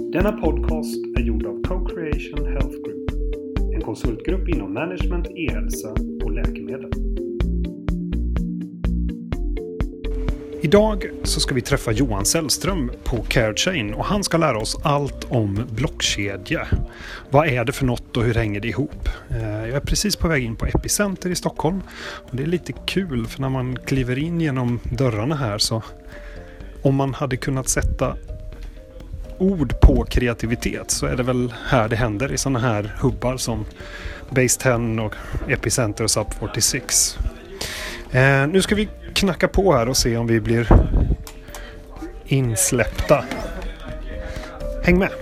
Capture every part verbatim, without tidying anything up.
Denna podcast är gjord av Co-Creation Health Group, en konsultgrupp inom management, e-hälsa och läkemedel. Idag så ska vi träffa Johan Sällström på CareChain och han ska lära oss allt om blockkedja. Vad är det för något och hur hänger det ihop? Jag är precis på väg in på Epicenter i Stockholm och det är lite kul för när man kliver in genom dörrarna här så om man hade kunnat sätta ord på kreativitet så är det väl här det händer i sådana här hubbar som Base tio och Epicenter och Sub fyrtiosex. Eh, nu ska vi knacka på här och se om vi blir insläppta. Häng med!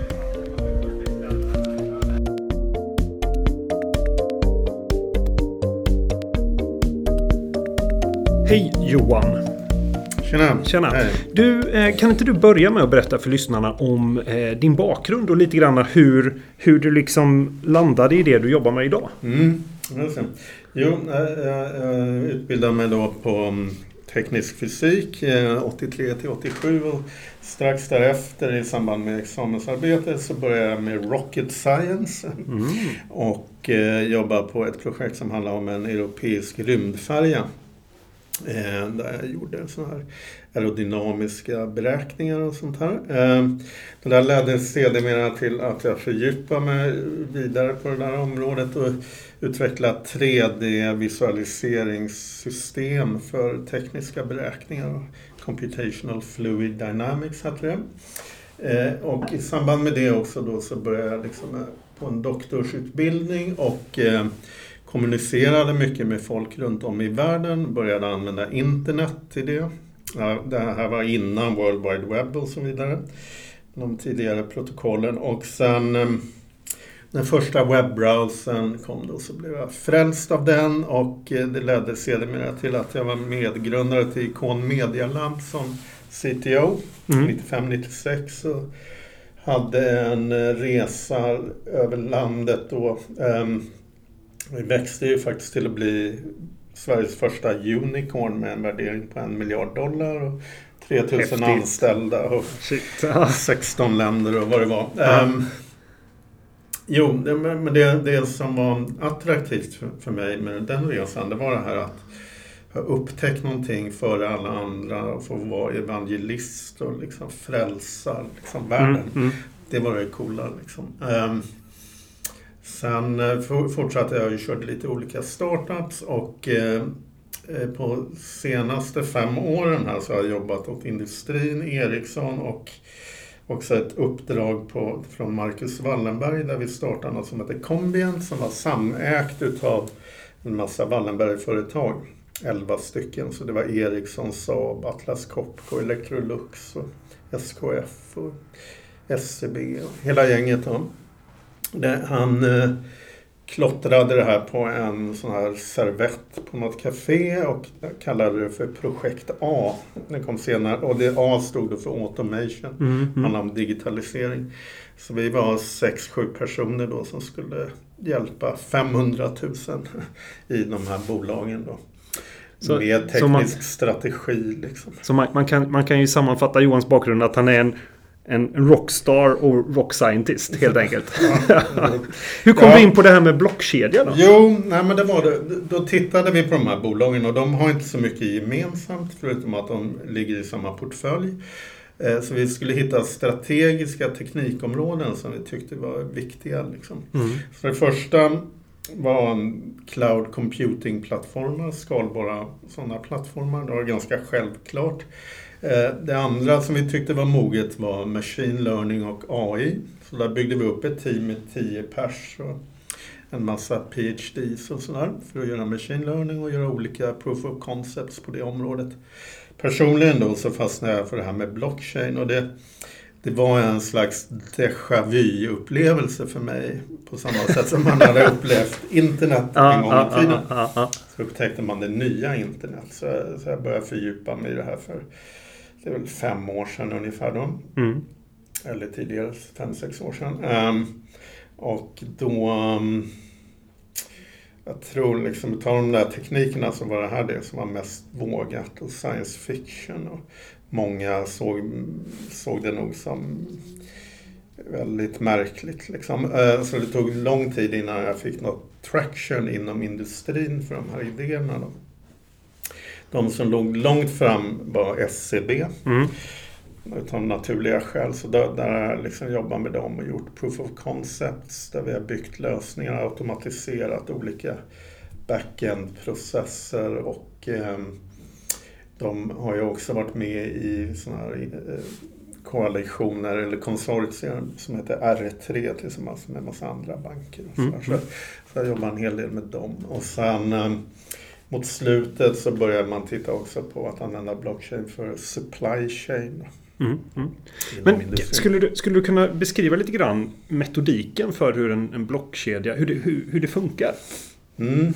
Hej Johan! Tjena. Tjena. Du, eh, kan inte du börja med att berätta för lyssnarna om eh, din bakgrund och lite grann hur, hur du liksom landade i det du jobbar med idag? Mm, jo, jag, jag utbildade mig då på teknisk fysik åttiotre till åttiosju och strax därefter i samband med examensarbete så började jag med Rocket Science mm. och eh, jobbade på ett projekt som handlar om en europeisk rymdfärja. Eh, där jag gjorde såna här aerodynamiska beräkningar och sånt här. Eh, det där ledde sedermera till att jag fördjupade mig vidare på det där området och utvecklade tre D-visualiseringssystem för tekniska beräkningar. Computational Fluid Dynamics heter det. Eh, och i samband med det också då så började jag liksom på en doktorsutbildning och eh, kommunicerade mycket med folk runt om i världen, började använda internet till det. Ja, det här var innan World Wide Web och så vidare. De tidigare protokollen. Och sen den första webbrowsern kom då så blev jag frälst av den och det ledde sedermera till att jag var medgrundare till Icon Media Lab som C T O mm. nittiofem nittiosex och hade en resa över landet då. Um, Vi växte ju faktiskt till att bli Sveriges första unicorn med en värdering på en miljard dollar och tre tusen Häftigt. Anställda och sexton länder och vad det var. Ja. Um, jo, det, men det, det som var attraktivt för, för mig med den resan det var det här att ha upptäckt någonting före alla andra och få vara evangelist och liksom frälsa liksom världen. Mm, mm. Det var det coola liksom. Um, Sen fortsatte jag och körde lite olika startups och eh, på senaste fem åren här så har jag jobbat åt industrin, Ericsson och också ett uppdrag på, från Marcus Wallenberg där vi startade något som heter Combient som var samägt utav en massa Wallenberg-företag, elva stycken. Så det var Ericsson, Saab, Atlas Copco, Electrolux och S K F och S C B och hela gänget då. Det, han eh, klottrade det här på en sån här servett på något café och kallade det för projekt A. Det kom senare och det A stod då för automation, mm, mm. handlar om digitalisering. Så vi var sex sju personer då som skulle hjälpa femhundratusen i de här bolagen då. Så, med teknisk man, strategi liksom. Så man, man, kan, man kan ju sammanfatta Johans bakgrund att han är en En rockstar och rock scientist helt enkelt. Ja. Hur kom ja. vi in på det här med blockkedja då? Jo, nej men det var det. Då tittade vi på de här bolagen och de har inte så mycket gemensamt förutom att de ligger i samma portfölj. Så vi skulle hitta strategiska teknikområden som vi tyckte var viktiga. Liksom. Mm. Så det första var en cloud computing-plattformar, skalbara sådana plattformar. Det var ganska självklart. Det andra som vi tyckte var moget var machine learning och A I. Så där byggde vi upp ett team med tio pers och en massa P H Ds och sådär för att göra machine learning och göra olika proof of concepts på det området. Personligen då så fastnade jag för det här med blockchain och det, det var en slags déjà vu-upplevelse för mig på samma sätt som man hade upplevt internet en gång i tiden. Så upptäckte man det nya internet så, så jag började fördjupa mig i det här för det är väl fem år sedan ungefär då. Mm. Eller tidigare, fem, sex år sedan. Um, och då, um, jag tror liksom, tar de där teknikerna så var det här det som var mest vågat och science fiction. Och många såg, såg det nog som väldigt märkligt. Liksom. Så det tog lång tid innan jag fick något traction inom industrin för de här idéerna. Då. De som låg långt fram var S C B. Mm. Utav naturliga skäl. Så där, där har jag liksom jobbat med dem och gjort proof of concepts. Där vi har byggt lösningar, automatiserat olika backend-processer. Och eh, de har ju också varit med i sådana här eh, koalitioner eller konsortier som heter R tre tillsammans med en massa andra banker. Och så, mm. så, så jag jobbar en hel del med dem. Och sen eh, mot slutet så börjar man titta också på att använda blockchain för supply chain. Mm, mm. Men skulle du, skulle du kunna beskriva lite grann metodiken för hur en, en blockkedja, hur det, hur, hur det funkar? Mm.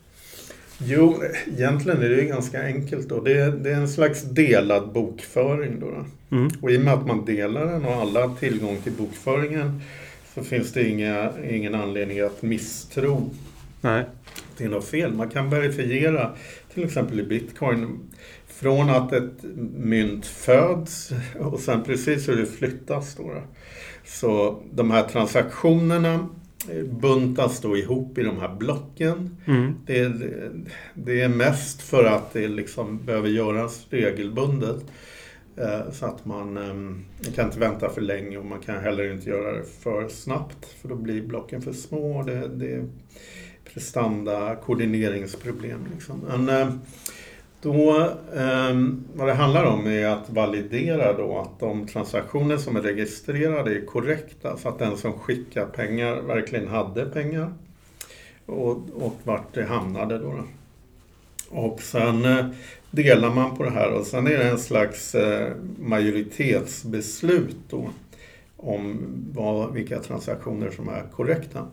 Jo, egentligen är det ju ganska enkelt då. Det är, det är en slags delad bokföring då. då. Mm. Och i och med att man delar den och alla har tillgång till bokföringen så finns det inga, ingen anledning att misstro. Nej. Det är något fel. Man kan verifiera till exempel i Bitcoin från att ett mynt föds och sen precis hur det flyttas då. Så de här transaktionerna buntas då ihop i de här blocken. Mm. Det, är, det är mest för att det liksom behöver göras regelbundet. Så att man, man kan inte vänta för länge och man kan heller inte göra det för snabbt. För då blir blocken för små. Det, det är prestanda, koordineringsproblem. Liksom. Men då, vad det handlar om är att validera då att de transaktioner som är registrerade är korrekta. Så att den som skickar pengar verkligen hade pengar. Och, och vart det hamnade då. Och sen delar man på det här och sen är det en slags majoritetsbeslut då om vad, vilka transaktioner som är korrekta.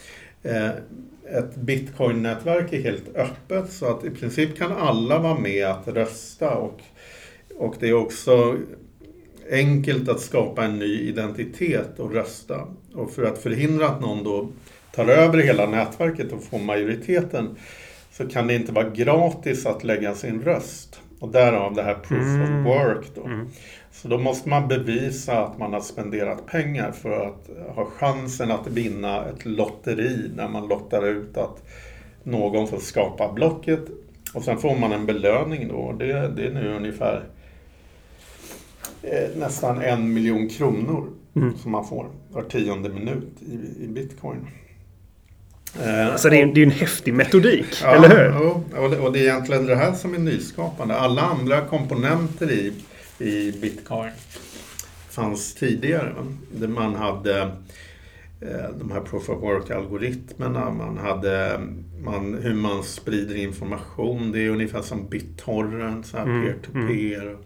Ett Bitcoin-nätverk är helt öppet så att i princip kan alla vara med att rösta och, och det är också enkelt att skapa en ny identitet och rösta. Och för att förhindra att någon då tar över hela nätverket och får majoriteten så kan det inte vara gratis att lägga sin röst. Och därav det här proof mm. of work då. Mm. Så då måste man bevisa att man har spenderat pengar för att ha chansen att vinna ett lotteri när man lottar ut att någon får skapa blocket. Och sen får man en belöning då. Det, det är nu ungefär eh, nästan en miljon kronor mm. som man får var tionde minut i, i Bitcoin. Alltså det är, det är en häftig metodik, ja, eller hur? Och det, och det är egentligen det här som är nyskapande. Alla andra komponenter i, i Bitcoin fanns tidigare. Där man hade eh, de här proof of work-algoritmerna, man hade man, hur man sprider information. Det är ungefär som BitTorrent, så här mm, peer-to-peer. Mm.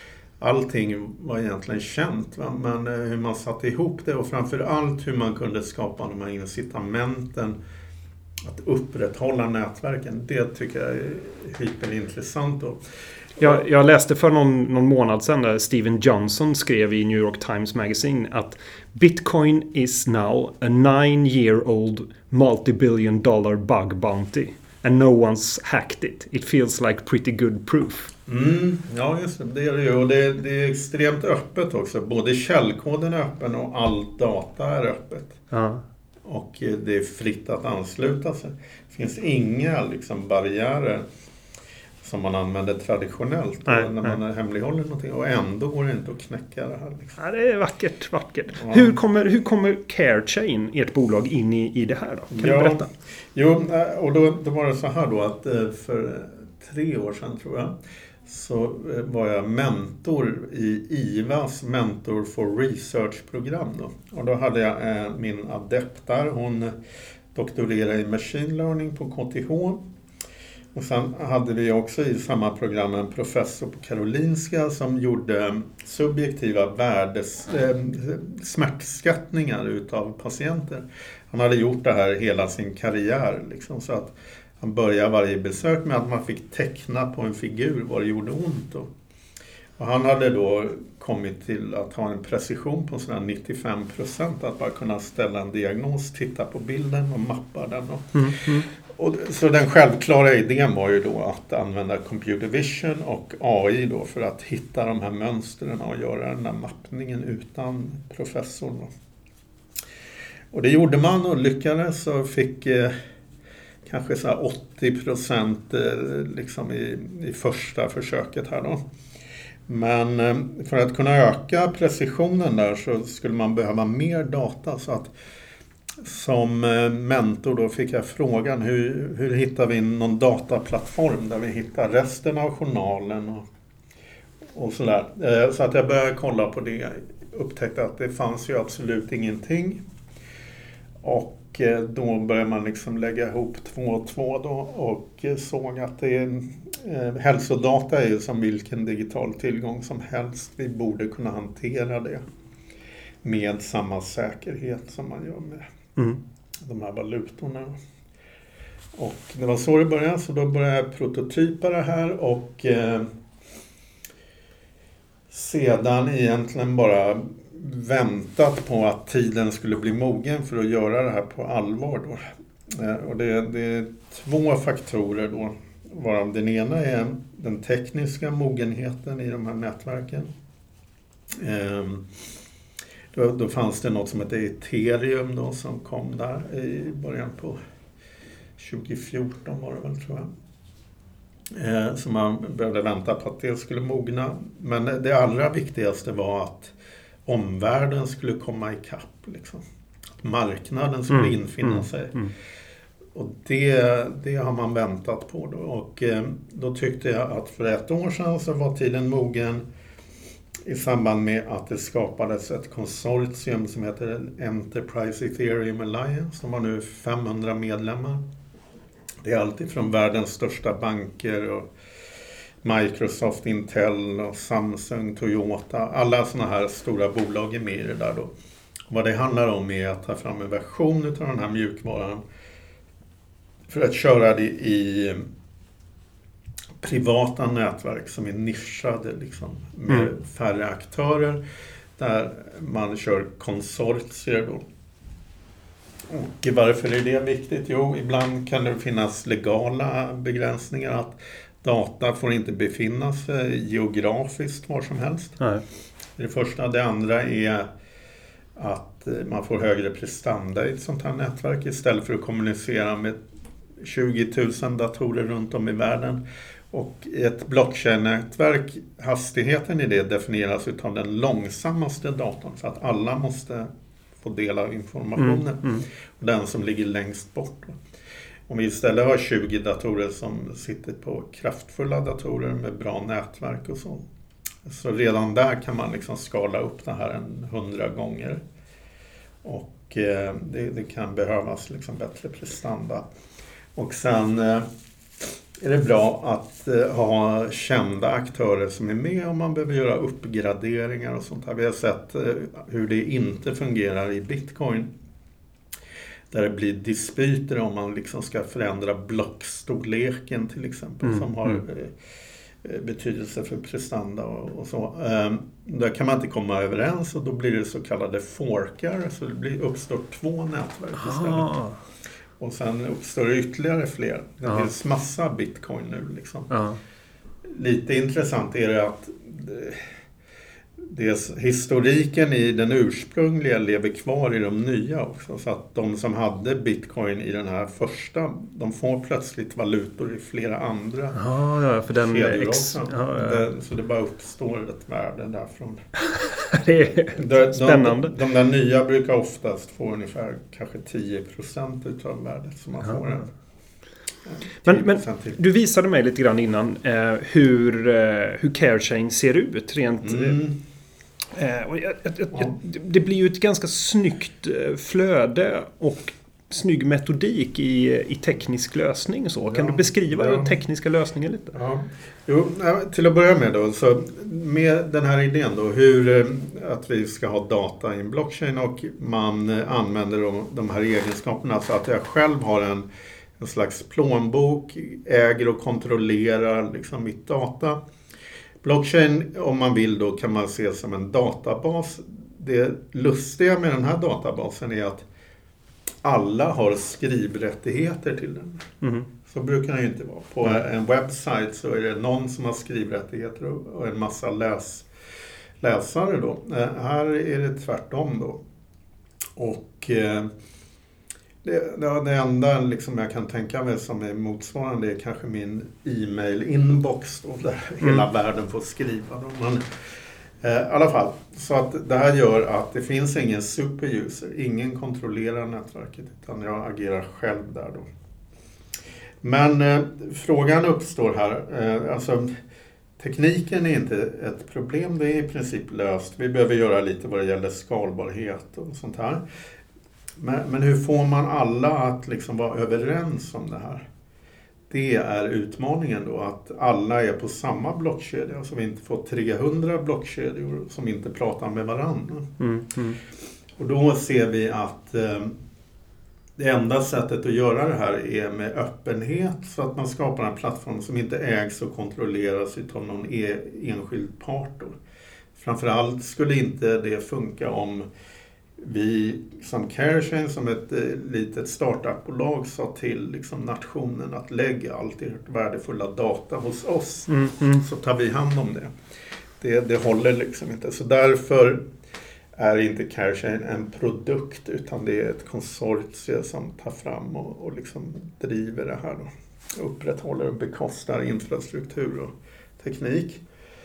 Allting var egentligen känt, va? Men eh, hur man satte ihop det och framförallt hur man kunde skapa de här incitamenten att upprätthålla nätverken, det tycker jag är hyperintressant. Då. Jag, jag läste för någon, någon månad sedan där Steven Johnson skrev i New York Times Magazine att Bitcoin is now a nine-year-old multi-billion dollar bug bounty and no one's hacked it. It feels like pretty good proof. Mm, ja, just det. Det är det ju. Och det, det är extremt öppet också. Både källkoden är öppen och all data är öppet. Ja. Och det är fritt att ansluta sig. Det finns inga liksom, barriärer som man använder traditionellt nej, när man nej. hemlighåller någonting. Och ändå går det inte att knäcka det här. Liksom. Ja, det är vackert, vackert. Ja. Hur kommer, hur kommer CareChain, ert bolag, in i, i det här då? Kan ja, du berätta? Jo, och då, då var det så här då att för tre år sedan tror jag så var jag mentor i I V A:s Mentor for Research-program. Då. Och då hade jag eh, min adept där. Hon doktorerade i machine learning på K T H. Och sen hade vi också i samma program en professor på Karolinska som gjorde subjektiva värdes, eh, smärtskattningar utav patienter. Han hade gjort det här hela sin karriär. Liksom, så att han började varje besök med att man fick teckna på en figur vad det gjorde ont. Då. Och han hade då kommit till att ha en precision på sådär nittiofem procent. Att bara kunna ställa en diagnos, titta på bilden och mappa den. Och, mm, mm. och, så den självklara idén var ju då att använda computer vision och A I då för att hitta de här mönstren och göra den här mappningen utan professorn. Då. Och det gjorde man och lyckades och fick eh, kanske så här åttio procent eh, liksom i, i första försöket här då. Men eh, för att kunna öka precisionen där så skulle man behöva mer data, så att som eh, mentor då fick jag frågan hur, hur hittar vi någon dataplattform där vi hittar resten av journalen och, och sådär. Eh, så att jag började kolla på det, upptäckte att det fanns ju absolut ingenting. Och då började man liksom lägga ihop två och två då och såg att det är, eh, hälsodata är ju som vilken digital tillgång som helst. Vi borde kunna hantera det med samma säkerhet som man gör med mm. de här valutorna. Och det var så det började, så då började jag prototypa det här och eh, sedan egentligen bara väntat på att tiden skulle bli mogen för att göra det här på allvar då. Och det, det är två faktorer då, varav den ena är den tekniska mogenheten i de här nätverken. Ehm, då, då fanns det något som heter Ethereum då, som kom där i början på tjugo fjorton var det väl, tror jag. Ehm, så man behövde vänta på att det skulle mogna. Men det allra viktigaste var att omvärlden skulle komma ikapp. Liksom. Att marknaden skulle mm, infinna mm, sig. Mm. Och det, det har man väntat på då. Och eh, då tyckte jag att för ett år sedan så var tiden mogen i samband med att det skapades ett konsortium som heter Enterprise Ethereum Alliance. De har nu femhundra medlemmar. Det är alltid från världens största banker och Microsoft, Intel och Samsung, Toyota. Alla såna här stora bolag är med i det där då. Och vad det handlar om är att ta fram en version av den här mjukvaran för att köra det i privata nätverk som är nischade liksom, med mm. färre aktörer, där man kör konsortier då. Och varför är det viktigt? Jo, ibland kan det finnas legala begränsningar att data får inte befinna sig geografiskt var som helst. Nej. Det första. Det andra är att man får högre prestanda i ett sånt här nätverk istället för att kommunicera med tjugo tusen datorer runt om i världen. Och i ett blockchain-nätverk, hastigheten i det definieras av den långsammaste datorn, för att alla måste få del av informationen. Mm, mm. Och den som ligger längst bort. Om vi istället har tjugo datorer som sitter på kraftfulla datorer med bra nätverk och så. Så redan där kan man liksom skala upp det här en hundra gånger. Och eh, det, det kan behövas liksom bättre prestanda. Och sen eh, är det bra att eh, ha kända aktörer som är med om man behöver göra uppgraderingar och sånt här. Vi har sett eh, hur det inte fungerar i Bitcoin. Där det blir dispyter om man liksom ska förändra blockstorleken till exempel, mm, som har mm. betydelse för prestanda och, och så. Um, där kan man inte komma överens och då blir det så kallade forkar, så det blir, uppstår två nätverk istället. Ah. Och sen uppstår det ytterligare fler. Det ah. finns massa bitcoin nu liksom. Ah. Lite intressant är det att det, historiken i den ursprungliga lever kvar i de nya också. Så att de som hade bitcoin i den här första, de får plötsligt valutor i flera andra. Ah, ja, för den ex... ah, ja. det, så det bara uppstår ett värde därifrån. Det är de, spännande. De, de där nya brukar oftast få ungefär kanske tio procent utav värdet som man ah. får en. Men, men du visade mig lite grann innan eh, hur, eh, hur CareChain ser ut rent. Mm. Eh, och jag, jag, jag, ja. Det blir ju ett ganska snyggt flöde och snygg metodik i, i teknisk lösning. Så. Kan ja. du beskriva ja. den tekniska lösningen lite? Ja. Jo, till att börja med då, så med den här idén då, hur att vi ska ha data i en blockchain och man använder de, de här egenskaperna så att jag själv har en en slags plånbok, äger och kontrollerar liksom mitt data. Blockchain, om man vill då, kan man se som en databas. Det lustiga med den här databasen är att alla har skrivrättigheter till den. Mm. Så brukar det ju inte vara. På mm. en webbsite så är det någon som har skrivrättigheter och en massa läs, läsare då. Här är det tvärtom då. Och eh, det, det enda liksom jag kan tänka mig som är motsvarande är kanske min e-mail-inbox då, där mm. hela världen får skriva. Då. Men eh, i alla fall, så att det här gör att det finns ingen superuser. Ingen kontrollerar nätverket utan jag agerar själv där då. Men eh, frågan uppstår här. Eh, alltså tekniken är inte ett problem, det är i princip löst. Vi behöver göra lite vad det gäller skalbarhet och sånt här. Men, men hur får man alla att liksom vara överens om det här? Det är utmaningen då, att alla är på samma blockkedja. Så vi inte får trehundra blockkedjor som inte pratar med varandra. Mm, mm. Och då ser vi att eh, det enda sättet att göra det här är med öppenhet, så att man skapar en plattform som inte ägs och kontrolleras av någon e- enskild part då. Framförallt skulle inte det funka om vi som CareChain, som ett eh, litet startupbolag, sa till liksom, nationen att lägga allt ert värdefulla data hos oss. Mm, mm. Så tar vi hand om det. det. Det håller liksom inte. Så därför är inte CareChain en produkt, utan det är ett konsortium som tar fram och, och liksom driver det här då. Upprätthåller och bekostar infrastruktur och teknik.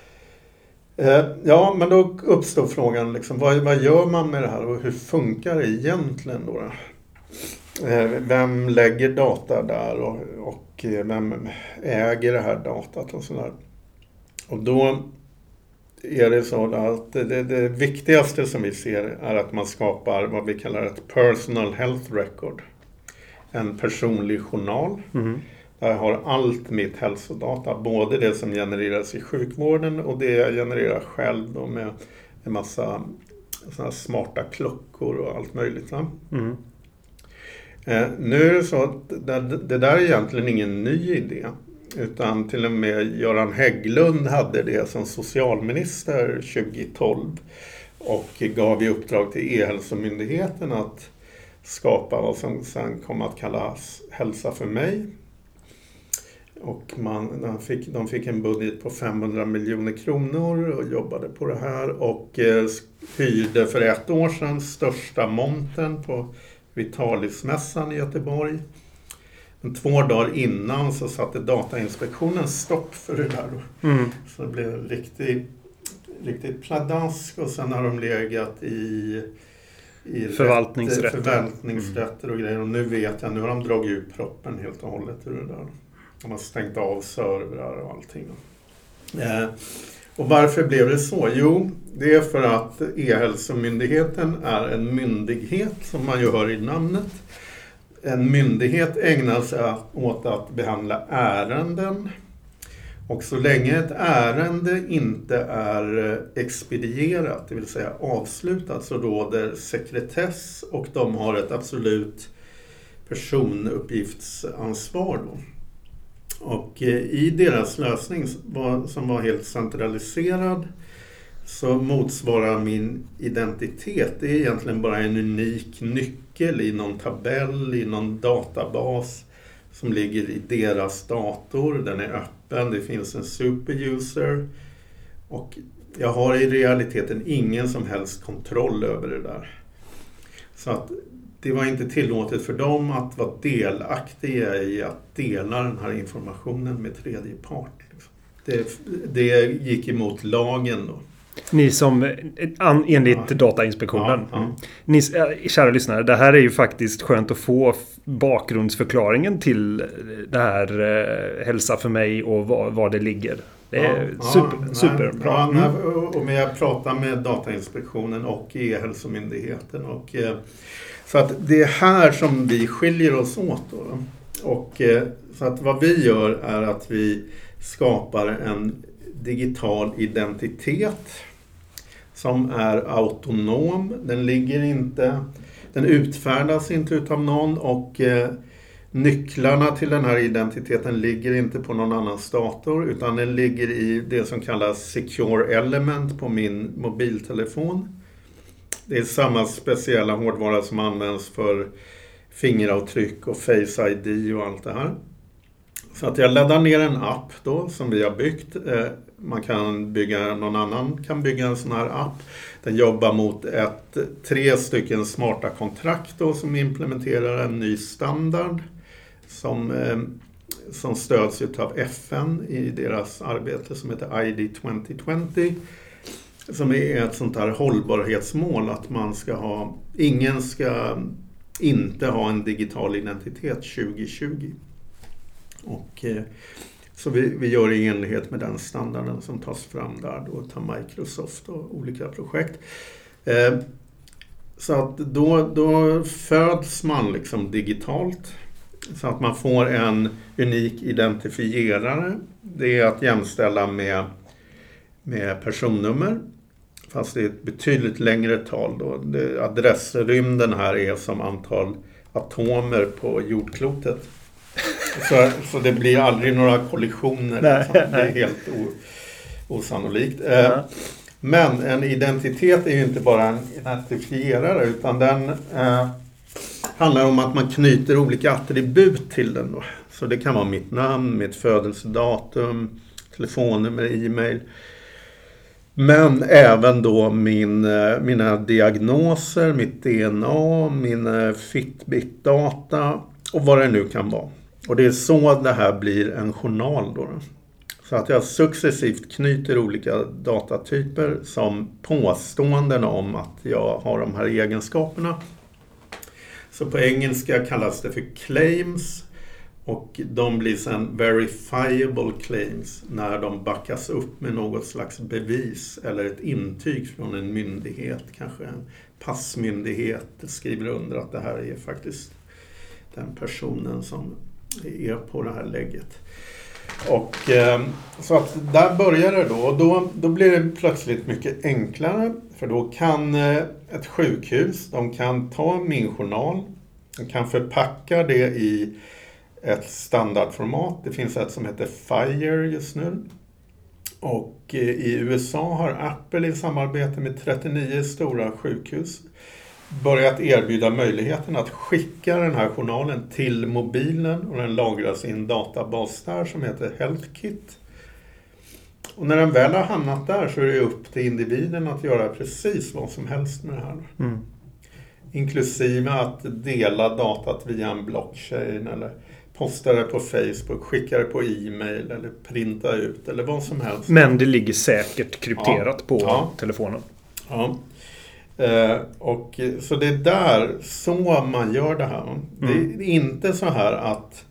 Eh, ja, men då uppstår frågan liksom, vad, vad gör man med det här och hur funkar det egentligen då? Eh, vem lägger data där och, och vem äger det här datat och sådär. Och då är det så att det, det, det viktigaste som vi ser är att man skapar vad vi kallar ett personal health record. En personlig journal. Mm. Där jag har allt mitt hälsodata. Både det som genereras i sjukvården och det jag genererar själv då med en massa såna smarta klockor och allt möjligt. Mm. Eh, nu är det så att det, det där är egentligen ingen ny idé. Utan till och med Göran Hägglund hade det som socialminister tjugohundratolv och gav i uppdrag till E-hälsomyndigheten att skapa vad som sen kom att kallas Hälsa för mig. Och man, de, fick, de fick en budget på femhundra miljoner kronor och jobbade på det här och eh, hyrde för ett år sedan största montern på Vitalismässan i Göteborg. Men två dagar innan så satte Datainspektionen stopp för det där. Mm. Så det blev riktigt, riktigt pladask och sen har de legat i, i förvaltningsrätter, rätt, förvaltningsrätter och grejer. Och nu vet jag, nu har de dragit ut proppen helt och hållet ur det där. De har stängt av servrar och allting. Eh, och varför blev det så? Jo, det är för att E-hälsomyndigheten är en myndighet som man ju hör i namnet. En myndighet ägnar sig åt att behandla ärenden. Och så länge ett ärende inte är expedierat, det vill säga avslutat, så råder sekretess och de har ett absolut personuppgiftsansvar då. Och i deras lösning som var helt centraliserad så motsvarar min identitet. Det är egentligen bara en unik nyckel i någon tabell, i någon databas som ligger i deras dator. Den är öppen, det finns en superuser och jag har i realiteten ingen som helst kontroll över det där. Så att det var inte tillåtet för dem att vara delaktiga i att dela den här informationen med tredje part. Det, det gick emot lagen då. Ni som, enligt ja. Datainspektionen. Ja, ja. Ni, kära lyssnare, det här är ju faktiskt skönt att få bakgrundsförklaringen till det här eh, Hälsa för mig och var, var det ligger. Det är ja, super, ja, superbra. Ja, mm. och, och jag pratar med Datainspektionen och E-hälsomyndigheten. Och, eh, så att det är här som vi skiljer oss åt. Då. Och, eh, så att vad vi gör är att vi skapar en digital identitet som är autonom. Den ligger inte, den utfärdas inte utav någon och eh, nycklarna till den här identiteten ligger inte på någon annan dator utan den ligger i det som kallas Secure Element på min mobiltelefon. Det är samma speciella hårdvara som används för fingeravtryck och Face I D och allt det här. Så att jag laddar ner en app då som vi har byggt. Man kan bygga, någon annan kan bygga en sån här app. Den jobbar mot ett, tre stycken smarta kontrakt då, som implementerar en ny standard som, eh, som stöds av F N i deras arbete som heter I D tjugo tjugo. Som är ett sånt här hållbarhetsmål att man ska ha, ingen ska inte ha en digital identitet tjugo tjugo. Och eh, så vi, vi gör i enlighet med den standarden som tas fram där då tar Microsoft och olika projekt. Eh, så att då, då föds man liksom digitalt så att man får en unik identifierare. Det är att jämställa med, med personnummer. Fast det är ett betydligt längre tal då. Det, adressrymden här är som antal atomer på jordklotet. Så, så det blir aldrig några kollisioner. Nej, det är helt o, osannolikt. Eh, men en identitet är ju inte bara en identifierare utan den eh, handlar om att man knyter olika attribut till den. Då. Så det kan vara mitt namn, mitt födelsedatum, telefonnummer, e-mail. Men även då min, mina diagnoser, mitt D N A, min Fitbit-data och vad det nu kan vara. Och det är så det här blir en journal då. Så att jag successivt knyter olika datatyper som påståenden om att jag har de här egenskaperna. Så på engelska kallas det för claims. Och de blir sen verifiable claims när de backas upp med något slags bevis eller ett intyg från en myndighet, kanske en passmyndighet, skriver under att det här är faktiskt den personen som är på det här lägget. Och eh, så att där börjar det då och då, då blir det plötsligt mycket enklare för då kan eh, ett sjukhus, de kan ta min journal, de kan förpacka det i ett standardformat. Det finns ett som heter FHIR just nu. Och i U S A har Apple i samarbete med trettionio stora sjukhus börjat erbjuda möjligheten att skicka den här journalen till mobilen och den lagras i en databas där som heter HealthKit. Och när den väl har hamnat där så är det upp till individen att göra precis vad som helst med det här. Mm. Inklusive att dela datat via en blockchain eller posta det på Facebook, skicka det på e-mail eller printa ut eller vad som helst. Men det ligger säkert krypterat ja. på ja. telefonen. Ja. Eh, och så det är där så man gör det här. Mm. Det är inte så här att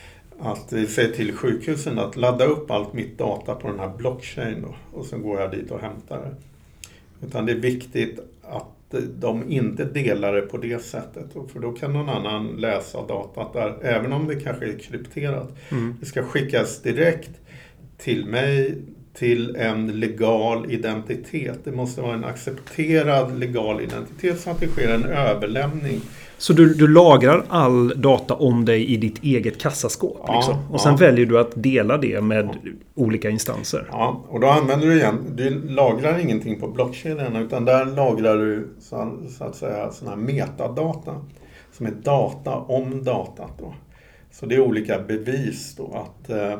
att vi säger till sjukhusen att ladda upp allt mitt data på den här blockchain då, och sen går jag dit och hämtar det. Utan det är viktigt att de inte delar det på det sättet. För då kan någon annan läsa datat där, även om det kanske är krypterat. Mm. Det ska skickas direkt till mig, till en legal identitet. Det måste vara en accepterad legal identitet så att det sker en överlämning. Så du, du lagrar all data om dig i ditt eget kassaskåp ja, liksom. Och sen ja. väljer du att dela det med ja. olika instanser. Ja, och då använder du igen, du lagrar ingenting på blockkedjan utan där lagrar du så, så att säga såna här metadata som är data om datat då. Så det är olika bevis då att eh,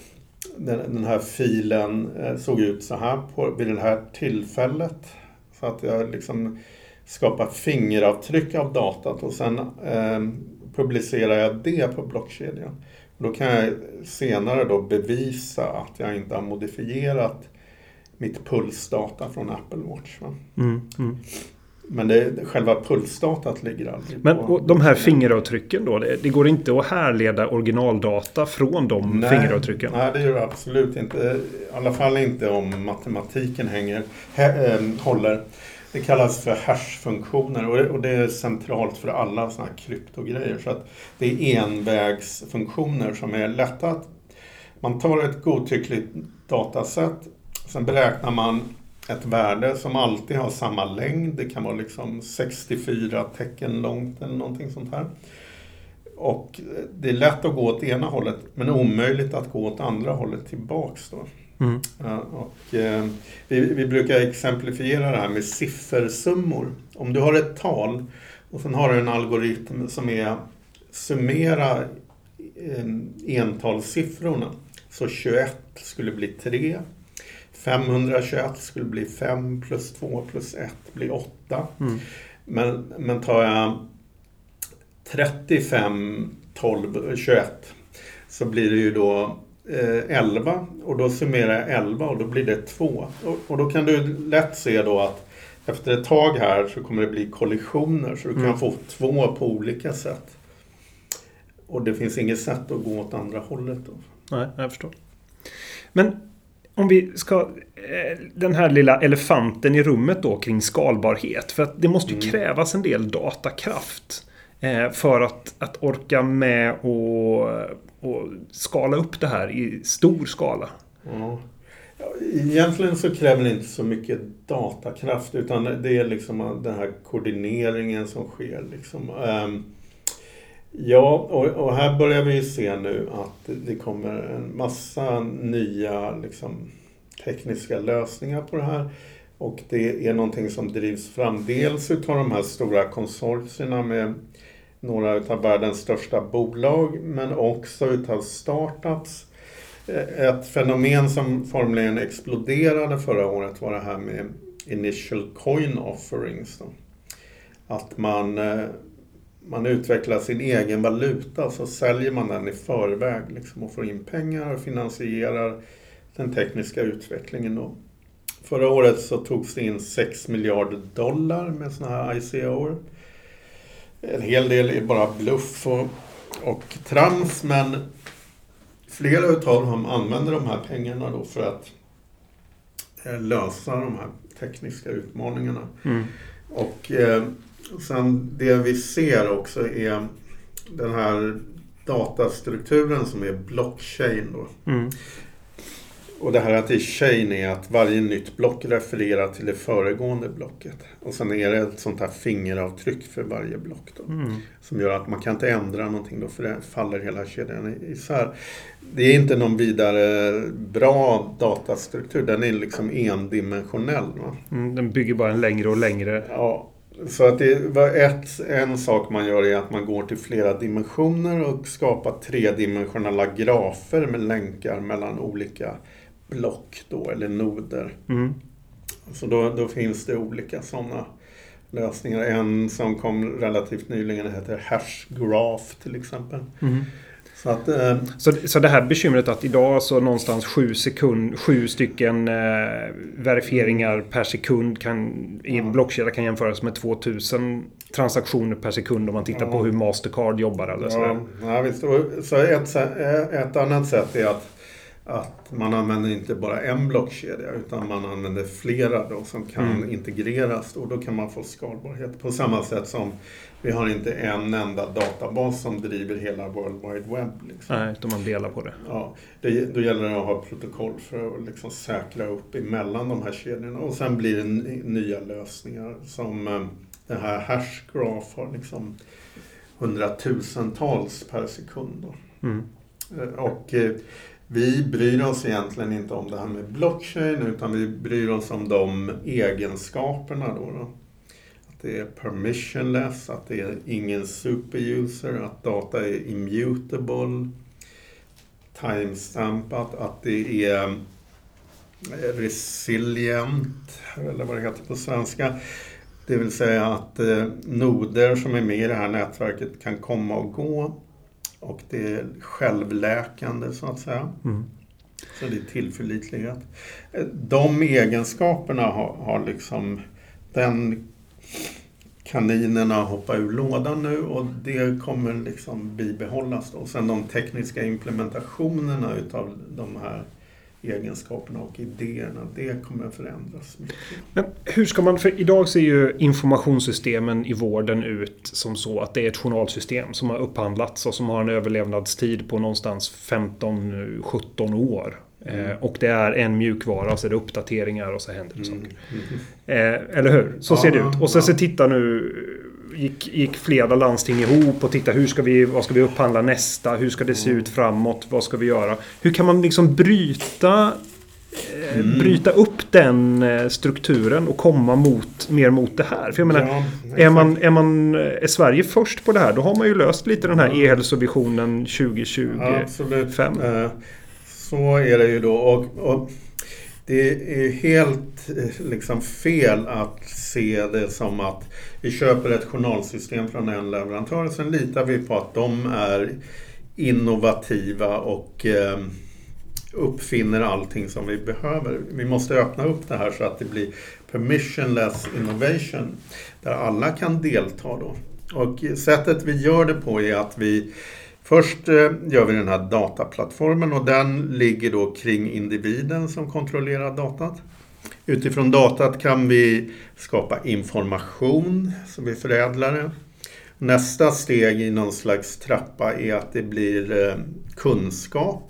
den, den här filen eh, såg ut så här på, vid det här tillfället så att jag liksom skapa fingeravtryck av datat och sen eh, publicerar jag det på blockkedjan. Och då kan jag senare då bevisa att jag inte har modifierat mitt pulsdata från Apple Watch. Va? Mm, mm. Men det, själva pulsdatat ligger aldrig Men, på. Och de här fingeravtrycken då, det, det går inte att härleda originaldata från de nej, fingeravtrycken? Nej, det gör det absolut inte. I alla fall inte om matematiken hänger, hä, äh, håller. Det kallas för hash-funktioner och det, och det är centralt för alla såna här kryptogrejer. Så att det är envägsfunktioner som är lätta att... Man tar ett godtyckligt dataset, sen beräknar man ett värde som alltid har samma längd. Det kan vara liksom sextiofyra tecken långt eller någonting sånt här. Och det är lätt att gå åt ena hållet men omöjligt att gå åt andra hållet tillbaks då. Mm. Ja, och, eh, vi, vi brukar exemplifiera det här med siffersummor. Om du har ett tal och sen har du en algoritm som är summera eh, entalssiffrorna. Så tjugoett skulle bli tre, femhundratjugoett skulle bli fem plus två plus ett blir åtta. Mm. Men, men tar jag trettiofem, tolv, tjugoett så blir det ju då eh, elva och då summerar jag elva och då blir det två. Och, och då kan du lätt se då att efter ett tag här så kommer det bli kollisioner så du kan mm. få två på olika sätt. Och det finns inget sätt att gå åt andra hållet då. Nej, jag förstår. Men om vi ska, den här lilla elefanten i rummet då kring skalbarhet. För att det måste ju mm. krävas en del datakraft för att, att orka med och, och skala upp det här i stor skala. Ja. Egentligen så kräver det inte så mycket datakraft utan det är liksom den här koordineringen som sker. Liksom. Ja, och, och här börjar vi se nu att det kommer en massa nya liksom, tekniska lösningar på det här. Och det är någonting som drivs fram dels utav de här stora konsortierna med några av världens största bolag men också utav startups. Ett fenomen som formligen exploderade förra året var det här med initial coin offerings. Då. Att man, man utvecklar sin egen valuta så säljer man den i förväg liksom, och får in pengar och finansierar den tekniska utvecklingen. Då. Förra året så togs det in sex miljarder dollar med såna här I C O-er. En hel del är bara bluff och, och trams men flera utav dem använder de här pengarna då för att lösa de här tekniska utmaningarna. Mm. Och eh, sen det vi ser också är den här datastrukturen som är blockchain då. Mm. Och det här att det är chain är att varje nytt block refererar till det föregående blocket. Och sen är det ett sånt här fingeravtryck för varje block då. Mm. Som gör att man kan inte ändra någonting då för det faller hela kedjan isär. Det är inte någon vidare bra datastruktur. Den är liksom endimensionell. Va? Mm, den bygger bara en längre och längre. Ja, så att det var ett, en sak man gör är att man går till flera dimensioner och skapar tredimensionella grafer med länkar mellan olika block då, eller noder. Mm. Så då, då finns det olika sådana lösningar. En som kom relativt nyligen heter Hashgraph till exempel. Mm. Så, att, eh, så, så det här bekymret att idag så någonstans sju, sekund, sju stycken eh, verifieringar per sekund kan, i en ja. blockkedja kan jämföras med tvåtusen transaktioner per sekund om man tittar ja. på hur Mastercard jobbar. Eller ja. Ja, visst. Så ett, ett annat sätt är att att man använder inte bara en blockkedja utan man använder flera då som kan mm. integreras och då kan man få skalbarhet på samma sätt som vi har inte en enda databas som driver hela World Wide Web. Liksom. Nej, utan man delar på det. Ja, det, då gäller det att ha protokoll för att liksom säkra upp emellan de här kedjorna och sen blir det nya lösningar som den här Hashgraph har liksom hundratusentals per sekund. Då. Mm. Och vi bryr oss egentligen inte om det här med blockchain utan vi bryr oss om de egenskaperna då. då. Att det är permissionless, att det är ingen superuser, att data är immutable, timestampat, att det är resilient, eller vad det heter på svenska. Det vill säga att eh, noder som är med i det här nätverket kan komma och gå. Och det är självläkande så att säga. Mm. Så det är tillförlitlighet. De egenskaperna har, har liksom den kaninerna hoppar ur lådan nu och det kommer liksom bibehållas då. Och sen de tekniska implementationerna utav de här egenskaperna och idéerna, det kommer förändras mycket. Men hur ska man, för idag ser ju informationssystemen i vården ut som så att det är ett journalsystem som har upphandlats och som har en överlevnadstid på någonstans femton sjutton år. Mm. Eh, och det är en mjukvara och så är det uppdateringar och så händer det mm. saker. Mm. Eh, eller hur? Så ja, ser det ut. Och så, ja. så tittar nu gick, gick flera landsting ihop och titta hur ska vi, vad ska vi upphandla nästa? Hur ska det se ut framåt? Vad ska vi göra? Hur kan man liksom bryta eh, mm. bryta upp den eh, strukturen och komma mot, mer mot det här? För jag menar, ja, är, man, är, man, är Sverige först på det här? Då har man ju löst lite den här ja. e-hälsovisionen tjugo tjugofem. Ja, absolut. Eh, så är det ju då. Och, och Det är helt liksom fel att se det som att vi köper ett journalsystem från en leverantör och sen litar vi på att de är innovativa och eh, uppfinner allting som vi behöver. Vi måste öppna upp det här så att det blir permissionless innovation där alla kan delta då. Och sättet vi gör det på är att vi först eh, gör vi den här dataplattformen och den ligger då kring individen som kontrollerar datat. Utifrån datat kan vi skapa information som vi förädlar det. Nästa steg i någon slags trappa är att det blir eh, kunskap.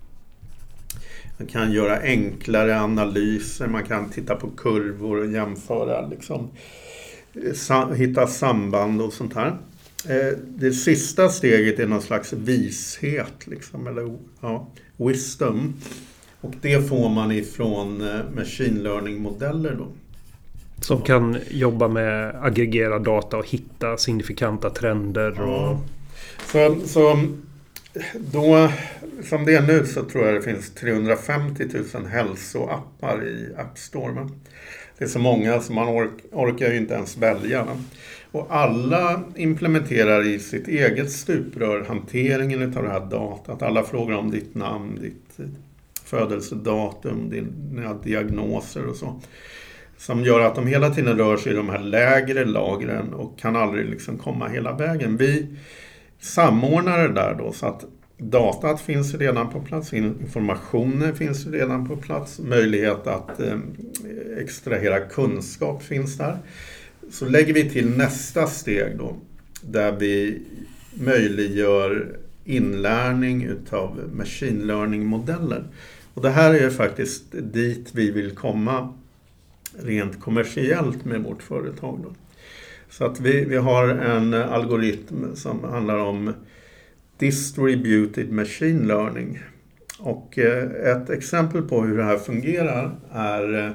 Man kan göra enklare analyser, man kan titta på kurvor och jämföra, liksom, sa- hitta samband och sånt här. Eh, det sista steget är någon slags vishet, liksom, eller ja, wisdom. Och det får man ifrån eh, machine learning-modeller då. Som kan jobba med aggregerad data och hitta signifikanta trender. Och... Ja. Så, så då, som det är nu så tror jag det finns trehundrafemtio tusen hälsoappar i App Store. Men det är så många som man ork, orkar ju inte ens välja. Men. Och alla implementerar i sitt eget stuprör hanteringen av det här datat. Alla frågar om ditt namn, ditt födelsedatum, dina diagnoser och så. Som gör att de hela tiden rör sig i de här lägre lagren och kan aldrig liksom komma hela vägen. Vi samordnar det där då så att datat finns redan på plats, informationen finns redan på plats, möjlighet att eh, extrahera kunskap finns där. Så lägger vi till nästa steg då, där vi möjliggör inlärning utav machine learning-modeller. Och det här är faktiskt dit vi vill komma rent kommersiellt med vårt företag då. Så att vi, vi har en algoritm som handlar om distributed machine learning. Och ett exempel på hur det här fungerar är,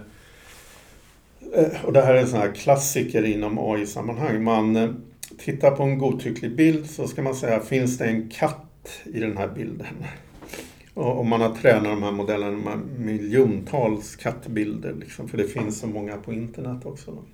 och det här är en sån här klassiker inom A I-sammanhang. Man tittar på en godtycklig bild så ska man säga, finns det en katt i den här bilden? Och om man har tränat de här modellerna med miljontals kattbilder, liksom, för det finns så många på internet också då.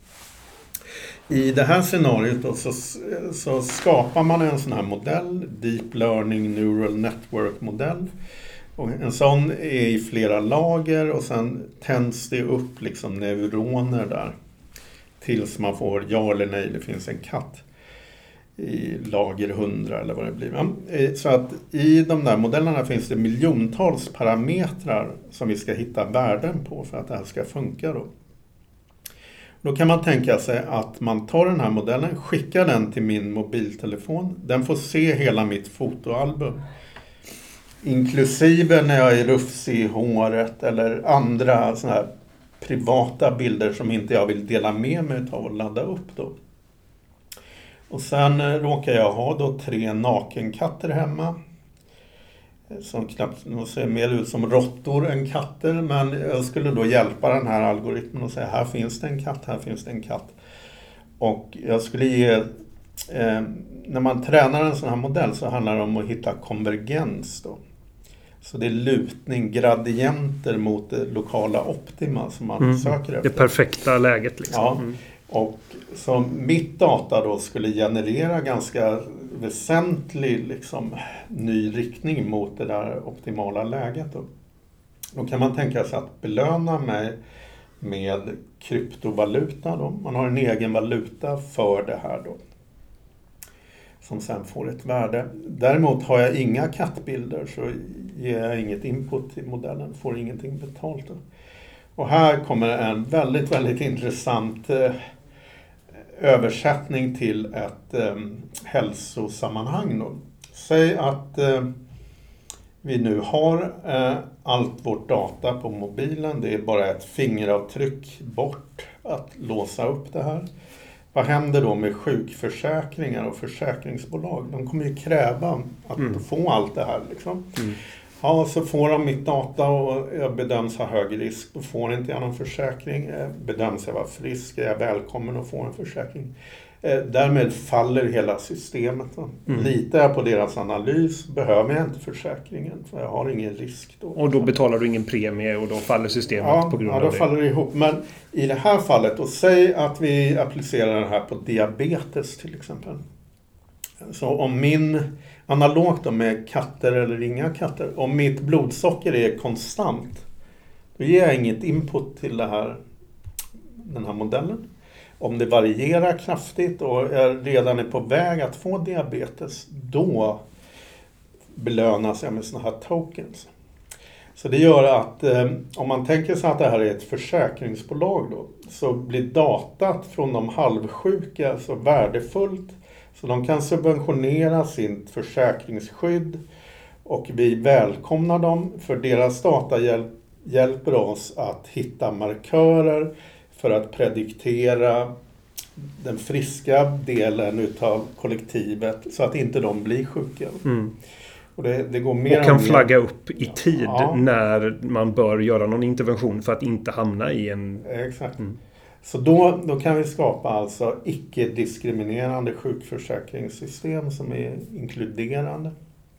I det här scenariot då, så, så skapar man en sån här modell, Deep Learning Neural Network-modell. Och en sån är i flera lager och sen tänds det upp liksom neuroner där. Tills man får ja eller nej, det finns en katt i lager hundra eller vad det blir. Så att i de där modellerna finns det miljontals parametrar som vi ska hitta värden på för att det här ska funka då. Då kan man tänka sig att man tar den här modellen, skickar den till min mobiltelefon. Den får se hela mitt fotoalbum. Inklusive när jag är rufsig i håret eller andra såna här privata bilder som inte jag vill dela med mig av och ladda upp då. Och sen råkar jag ha då tre nakenkatter hemma. Som knappt ser mer ut som råttor än katter. Men jag skulle då hjälpa den här algoritmen och säga, här finns det en katt, här finns det en katt. Och jag skulle ge, eh, när man tränar en sån här modell så handlar det om att hitta konvergens då. Så det är lutning, gradienter mot det lokala optima som man mm. söker efter. Det perfekta läget liksom. Ja, och så mitt data då skulle generera ganska väsentlig liksom, ny riktning mot det där optimala läget då. Då kan man tänka sig att belöna mig med kryptovaluta då. Man har en egen valuta för det här då. Som sen får ett värde. Däremot har jag inga kattbilder så ger jag inget input till modellen. Får ingenting betalt då. Och här kommer en väldigt, väldigt intressant eh, översättning till ett eh, hälsosammanhang då. Säg att eh, vi nu har eh, allt vårt data på mobilen. Det är bara ett fingeravtryck bort att låsa upp det här. Vad händer då med sjukförsäkringar och försäkringsbolag? De kommer ju kräva att mm. få allt det här liksom. Mm. Ja, så får de mitt data och jag bedöms ha hög risk. Då får inte jag någon försäkring. Jag bedöms jag vara frisk. Jag är välkommen att få en försäkring. Eh, därmed faller hela systemet. Mm. Litar jag på deras analys behöver jag inte försäkringen. För jag har ingen risk då. Och då betalar du ingen premie och då faller systemet ja, på grund ja, av det. det. Ja, då faller det ihop. Men i det här fallet, då säg att vi applicerar det här på diabetes till exempel. Så om min, analogt då med katter eller inga katter, om mitt blodsocker är konstant, då ger jag inget input till det här, den här modellen. Om det varierar kraftigt och jag redan är på väg att få diabetes, då belönas jag med såna här tokens. Så det gör att eh, om man tänker sig att det här är ett försäkringsbolag då, så blir datat från de halvsjuka så värdefullt så de kan subventionera sitt försäkringsskydd och vi välkomnar dem för deras data hjälp, hjälper oss att hitta markörer för att prediktera den friska delen utav kollektivet så att inte de blir sjuka. Mm. Och, det, det går mer och kan mer. flagga upp i tid ja. när man bör göra någon intervention för att inte hamna i en... Exakt. Mm. Så då, då kan vi skapa alltså icke-diskriminerande sjukförsäkringssystem som är inkluderande.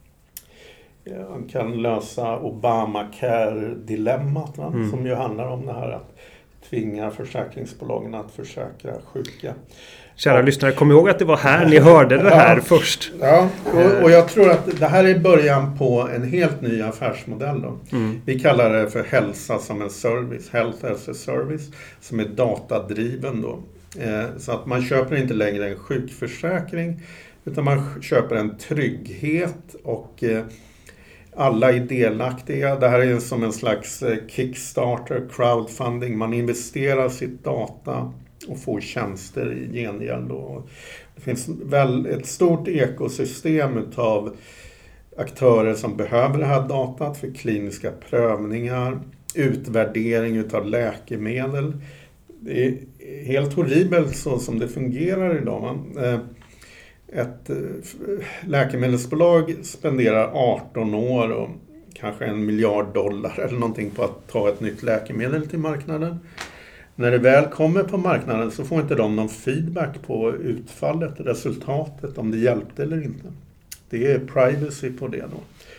Man kan lösa Obamacare-dilemmat va? Mm. Som ju handlar om det här att tvinga försäkringsbolagen att försäkra sjuka. Kära och, lyssnare, kom ihåg att det var här ni hörde det här ja, först. Ja, och, och jag tror att det här är början på en helt ny affärsmodell då. Mm. Vi kallar det för hälsa som en service, health as a service, som är datadriven då. Eh, så att man köper inte längre en sjukförsäkring utan man köper en trygghet och eh, alla är delaktiga. Det här är som en slags Kickstarter, crowdfunding. Man investerar sitt data och får tjänster i gengäld. Det finns väl ett stort ekosystem av aktörer som behöver det här datat för kliniska prövningar, utvärdering av läkemedel. Det är helt horribelt så som det fungerar idag. Man, ett läkemedelsbolag spenderar arton år och kanske en miljard dollar eller någonting på att ta ett nytt läkemedel till marknaden. När det väl kommer på marknaden så får inte de någon feedback på utfallet, resultatet, om det hjälpte eller inte. Det är privacy på det då.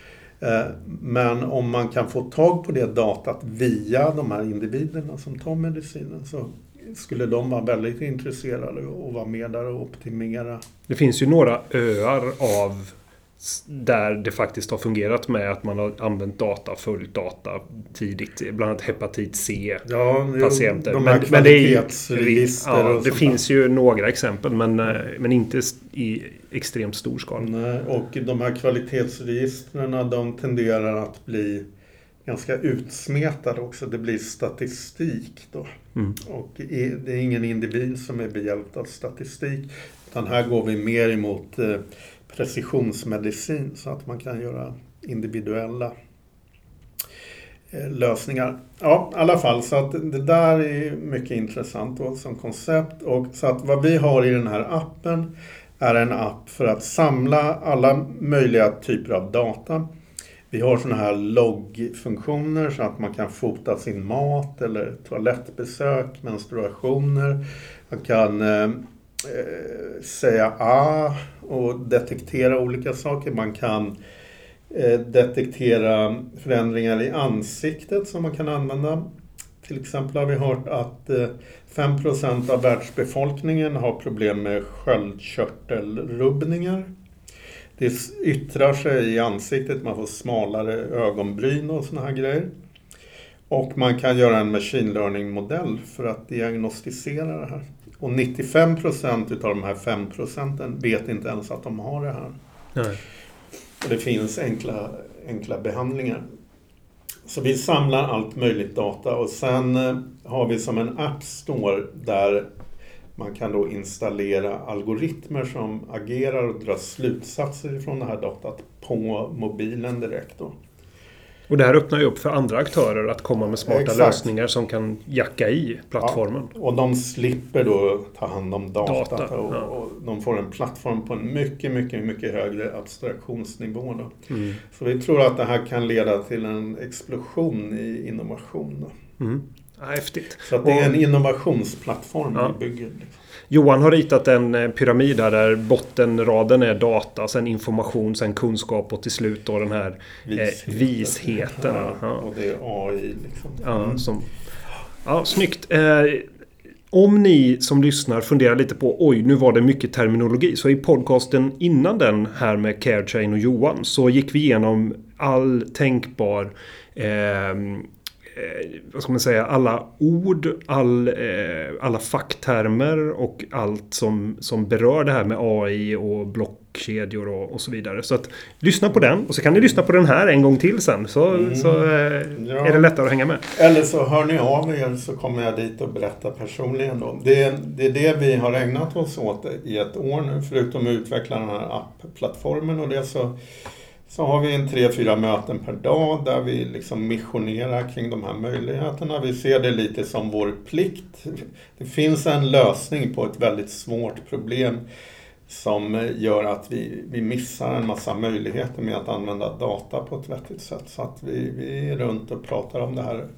Men om man kan få tag på det datat via de här individerna som tar medicinen så skulle de vara väldigt intresserade och vara med där och optimera. Det finns ju några öar av där det faktiskt har fungerat med att man har använt data, följt data tidigt. Bland annat hepatit C ja, patienter. De här men, kvalitetsregister. Men det, är, ja, och det finns ju några exempel men, men inte i extremt stor skala. Nej, och de här kvalitetsregistren de tenderar att bli ganska utsmetade också. Det blir statistik då. Mm. Och det är ingen individ som är behjälpt av statistik. Utan här går vi mer emot eh, precisionsmedicin så att man kan göra individuella eh, lösningar. Ja, i alla fall så att det där är mycket intressant då, som koncept. Och så att vad vi har i den här appen är en app för att samla alla möjliga typer av data. Vi har såna här loggfunktioner så att man kan fota sin mat eller toalettbesök, menstruationer. Man kan eh, säga A och detektera olika saker. Man kan eh, detektera förändringar i ansiktet som man kan använda. Till exempel har vi hört att eh, fem procent av världsbefolkningen har problem med sköldkörtelrubbningar. Det yttrar sig i ansiktet, man får smalare ögonbryn och såna här grejer. Och man kan göra en machine learning-modell för att diagnostisera det här. Och nittiofem procent av de här fem procenten vet inte ens att de har det här. Nej. Och det finns enkla, enkla behandlingar. Så vi samlar allt möjligt data och sen har vi som en app store där man kan då installera algoritmer som agerar och drar slutsatser från det här datat på mobilen direkt då. Och det här öppnar ju upp för andra aktörer att komma med smarta Exakt. lösningar som kan jacka i plattformen. Ja, och de slipper då ta hand om data, data och, ja. och de får en plattform på en mycket, mycket, mycket högre abstraktionsnivå då. Mm. Så vi tror att det här kan leda till en explosion i innovation då. Mm. Ja, häftigt. Så att det är en innovationsplattform ja. vi bygger. Liksom. Johan har ritat en pyramid där bottenraden är data, sen information, sen kunskap och till slut då den här visheten. Eh, visheten ja, ja. Och det är A I liksom. Ja, mm. som, ja snyggt. Eh, om ni som lyssnar funderar lite på oj, nu var det mycket terminologi. Så i podcasten innan den här med CareChain och Johan så gick vi igenom all tänkbar eh, Eh, vad ska man säga, alla ord, all, eh, alla facktermer och allt som, som berör det här med A I och blockkedjor och, och så vidare. Så att lyssna på den och så kan ni lyssna på den här en gång till sen så, mm. så eh, ja. är det lättare att hänga med. Eller så hör ni av er så kommer jag dit och berätta personligen då. Det, det är det vi har ägnat oss åt i ett år nu, förutom att utveckla den här app-plattformen och det så Så har vi en tre, fyra möten per dag där vi liksom missionerar kring de här möjligheterna. Vi ser det lite som vår plikt. Det finns en lösning på ett väldigt svårt problem som gör att vi, vi missar en massa möjligheter med att använda data på ett vettigt sätt. Så att vi, vi är runt och pratar om det här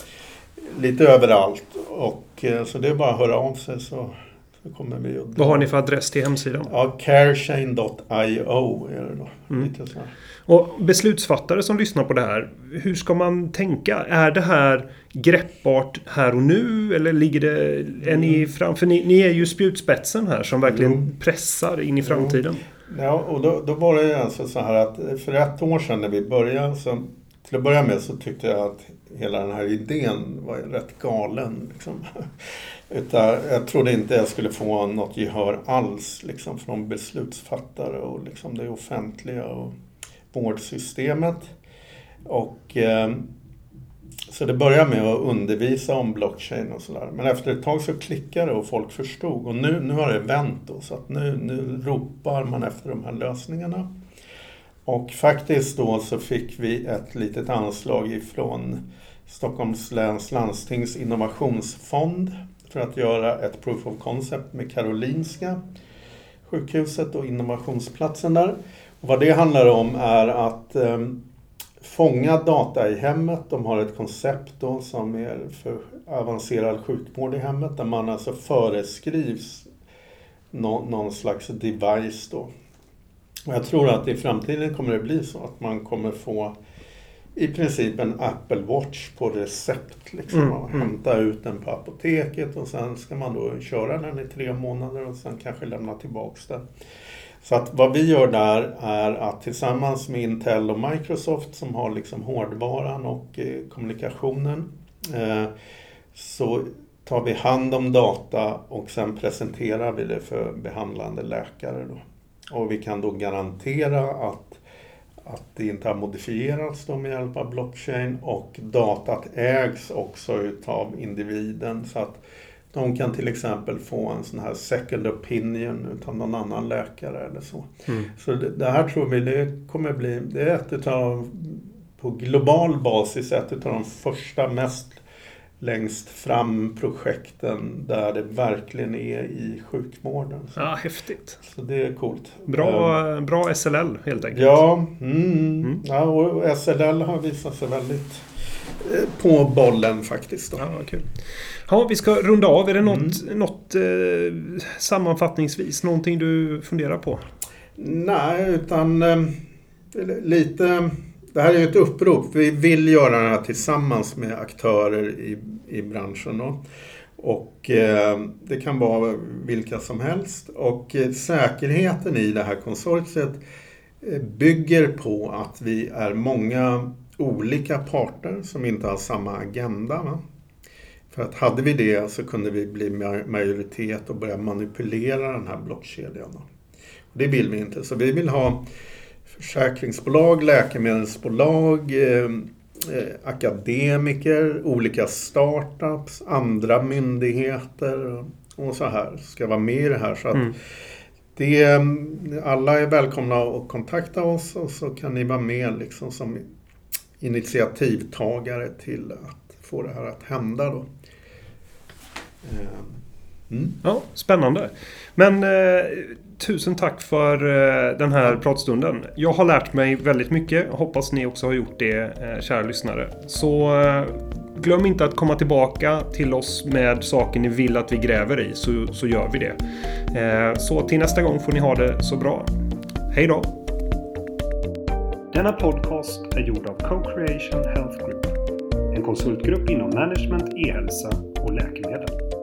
lite överallt. Och, så det är bara att höra av sig så... Kommer vi att... Vad har ni för adress till hemsidan? Ja, carechain punkt io är det då. Mm. Lite så här. Och beslutsfattare som lyssnar på det här, hur ska man tänka? Är det här greppbart här och nu? Eller ligger det... Är ni fram, för ni, ni är ju spjutspetsen här som verkligen mm. pressar in i framtiden. Ja, och då, då var det alltså så här att för ett år sedan när vi började så... Till att börja med så tyckte jag att hela den här idén var rätt galen. Liksom. Utan jag trodde inte jag skulle få något gehör alls liksom, från beslutsfattare och liksom, det offentliga och vårdsystemet. Och, eh, så det började med att undervisa om blockchain och sådär. Men efter ett tag så klickade och folk förstod. Och nu, nu har det vänt då, så att nu, nu ropar man efter de här lösningarna. Och faktiskt då så fick vi ett litet anslag ifrån Stockholms läns landstings innovationsfond för att göra ett proof of concept med Karolinska sjukhuset och innovationsplatsen där. Och vad det handlar om är att eh, fånga data i hemmet. De har ett koncept då som är för avancerad sjukvård i hemmet där man alltså föreskrivs nå- någon slags device då. Och jag tror att i framtiden kommer det bli så att man kommer få i princip en Apple Watch på recept. Liksom, mm, och hämta mm. ut den på apoteket och sen ska man då köra den i tre månader och sen kanske lämna tillbaka den. Så att vad vi gör där är att tillsammans med Intel och Microsoft som har liksom hårdvaran och eh, kommunikationen eh, så tar vi hand om data och sen presenterar vi det för behandlande läkare då. Och vi kan då garantera att, att det inte har modifierats då med hjälp av blockchain och datat ägs också utav individen så att de kan till exempel få en sån här second opinion utav någon annan läkare eller så. Mm. Så det, det här tror vi det kommer bli, det är ett utav, på global basis ett utav de första mest längst fram projekten där det verkligen är i sjukvården. Så. Ja, häftigt. Så det är coolt. Bra, um, bra S L L helt enkelt. Ja, mm, mm. ja, och S L L har visat sig väldigt eh, på bollen faktiskt. Då. Ja, kul. Ja, vi ska runda av. Är det något, mm. något eh, sammanfattningsvis, någonting du funderar på? Nej, utan eh, lite... Det här är ju ett upprop. Vi vill göra det här tillsammans med aktörer i, i branschen. Då. Och eh, det kan vara vilka som helst. Och eh, säkerheten i det här konsortiet eh, bygger på att vi är många olika parter som inte har samma agenda. Va? För att hade vi det så kunde vi bli majoritet och börja manipulera den här blockkedjan. Då. Det vill vi inte. Så vi vill ha försäkringsbolag, läkemedelsbolag, eh, eh, akademiker, olika startups, andra myndigheter och, och så här ska vara med i det här. Så att mm. det, alla är välkomna att kontakta oss och så kan ni vara med liksom som initiativtagare till att få det här att hända då. Mm. Ja, spännande. Men eh, tusen tack för eh, den här pratstunden. Jag har lärt mig väldigt mycket. Hoppas ni också har gjort det, eh, kära lyssnare. Så eh, glöm inte att komma tillbaka till oss med saker ni vill att vi gräver i, så, så gör vi det. Eh, så till nästa gång får ni ha det så bra. Hej då! Denna podcast är gjord av Co-Creation Health Group, en konsultgrupp inom management, e-hälsa och läkemedel.